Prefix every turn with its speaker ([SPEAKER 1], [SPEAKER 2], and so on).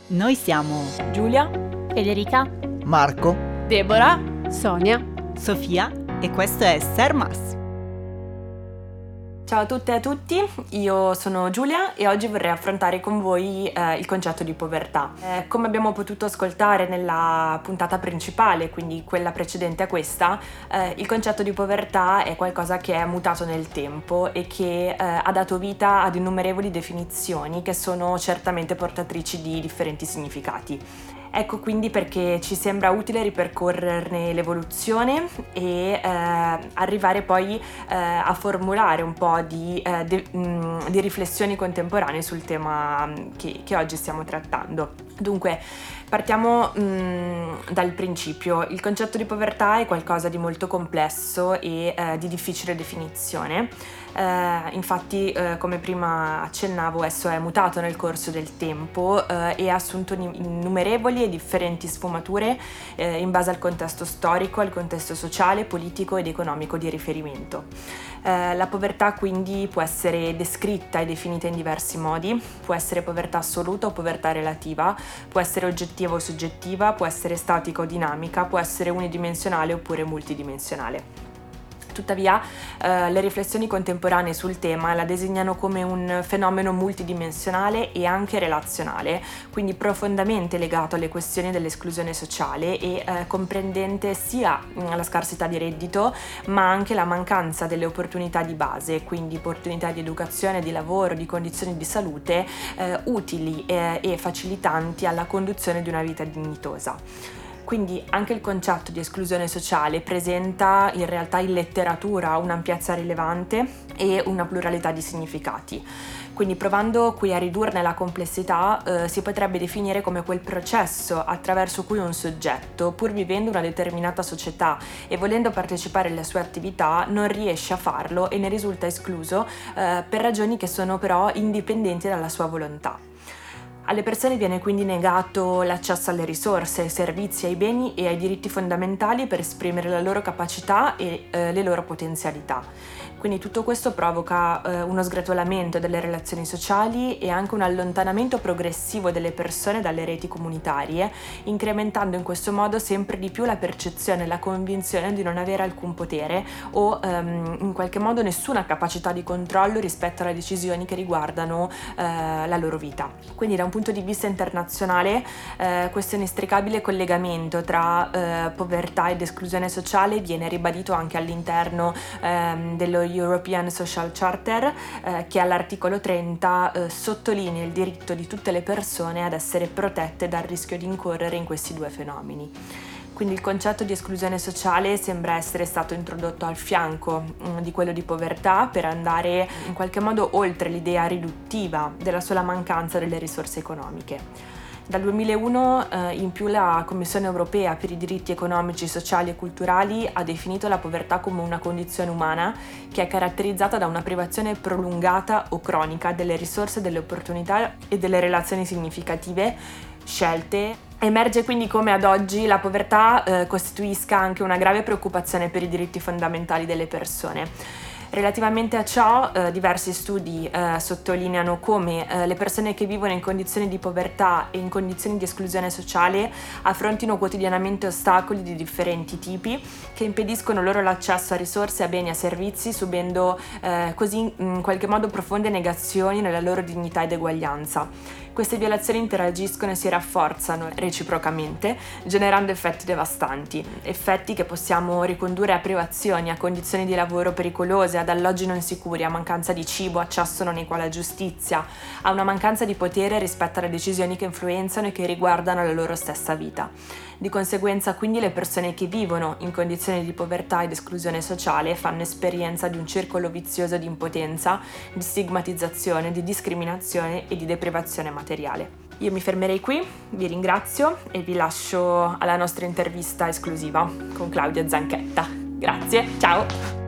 [SPEAKER 1] Noi siamo
[SPEAKER 2] Giulia,
[SPEAKER 3] Federica,
[SPEAKER 4] Marco,
[SPEAKER 2] Deborah,
[SPEAKER 3] Sonia.
[SPEAKER 1] Sofia e questo è Sermas.
[SPEAKER 2] ciao a tutte e a tutti, io sono Giulia e oggi vorrei affrontare con voi il concetto di povertà. Come abbiamo potuto ascoltare nella puntata principale, quindi quella precedente a questa, il concetto di povertà è qualcosa che è mutato nel tempo e che ha dato vita ad innumerevoli definizioni che sono certamente portatrici di differenti significati. Ecco quindi perché ci sembra utile ripercorrerne l'evoluzione e arrivare poi a formulare un po' di riflessioni contemporanee sul tema che oggi stiamo trattando. Dunque, partiamo dal principio. Il concetto di povertà è qualcosa di molto complesso e di difficile definizione. Infatti, come prima accennavo, esso è mutato nel corso del tempo e ha assunto innumerevoli e differenti sfumature in base al contesto storico, al contesto sociale, politico ed economico di riferimento. La povertà quindi può essere descritta e definita in diversi modi, può essere povertà assoluta o povertà relativa, può essere oggettiva o soggettiva, può essere statica o dinamica, può essere unidimensionale oppure multidimensionale. Tuttavia, le riflessioni contemporanee sul tema la designano come un fenomeno multidimensionale e anche relazionale, quindi profondamente legato alle questioni dell'esclusione sociale e comprendente sia la scarsità di reddito, ma anche la mancanza delle opportunità di base, quindi opportunità di educazione, di lavoro, di condizioni di salute utili e facilitanti alla conduzione di una vita dignitosa. Quindi anche il concetto di esclusione sociale presenta in realtà in letteratura un'ampiezza rilevante e una pluralità di significati. Quindi provando qui a ridurne la complessità si potrebbe definire come quel processo attraverso cui un soggetto, pur vivendo una determinata società e volendo partecipare alle sue attività, non riesce a farlo e ne risulta escluso per ragioni che sono però indipendenti dalla sua volontà. Alle persone viene quindi negato l'accesso alle risorse, ai servizi, ai beni e ai diritti fondamentali per esprimere la loro capacità e le loro potenzialità. Quindi tutto questo provoca uno sgretolamento delle relazioni sociali e anche un allontanamento progressivo delle persone dalle reti comunitarie, incrementando in questo modo sempre di più la percezione e la convinzione di non avere alcun potere o in qualche modo nessuna capacità di controllo rispetto alle decisioni che riguardano la loro vita. Quindi da un punto di vista internazionale questo inestricabile collegamento tra povertà ed esclusione sociale viene ribadito anche all'interno dello European Social Charter che all'articolo 30 sottolinea il diritto di tutte le persone ad essere protette dal rischio di incorrere in questi due fenomeni. Quindi il concetto di esclusione sociale sembra essere stato introdotto al fianco di quello di povertà per andare in qualche modo oltre l'idea riduttiva della sola mancanza delle risorse economiche. Dal 2001 in più la Commissione europea per i diritti economici, sociali e culturali ha definito la povertà come una condizione umana che è caratterizzata da una privazione prolungata o cronica delle risorse, delle opportunità e delle relazioni significative scelte. Emerge quindi come ad oggi la povertà costituisca anche una grave preoccupazione per i diritti fondamentali delle persone. Relativamente a ciò, diversi studi sottolineano come le persone che vivono in condizioni di povertà e in condizioni di esclusione sociale affrontino quotidianamente ostacoli di differenti tipi che impediscono loro l'accesso a risorse, a beni e a servizi, subendo così in qualche modo profonde negazioni nella loro dignità ed eguaglianza. Queste violazioni interagiscono e si rafforzano reciprocamente, generando effetti devastanti, effetti che possiamo ricondurre a privazioni, a condizioni di lavoro pericolose, ad alloggi non sicuri, a mancanza di cibo, accesso non equo alla giustizia, a una mancanza di potere rispetto alle decisioni che influenzano e che riguardano la loro stessa vita. Di conseguenza, quindi, le persone che vivono in condizioni di povertà ed esclusione sociale fanno esperienza di un circolo vizioso di impotenza, di stigmatizzazione, di discriminazione e di deprivazione materiale. Io mi fermerei qui, vi ringrazio e vi lascio alla nostra intervista esclusiva con Claudia Zanchetta. Grazie, ciao!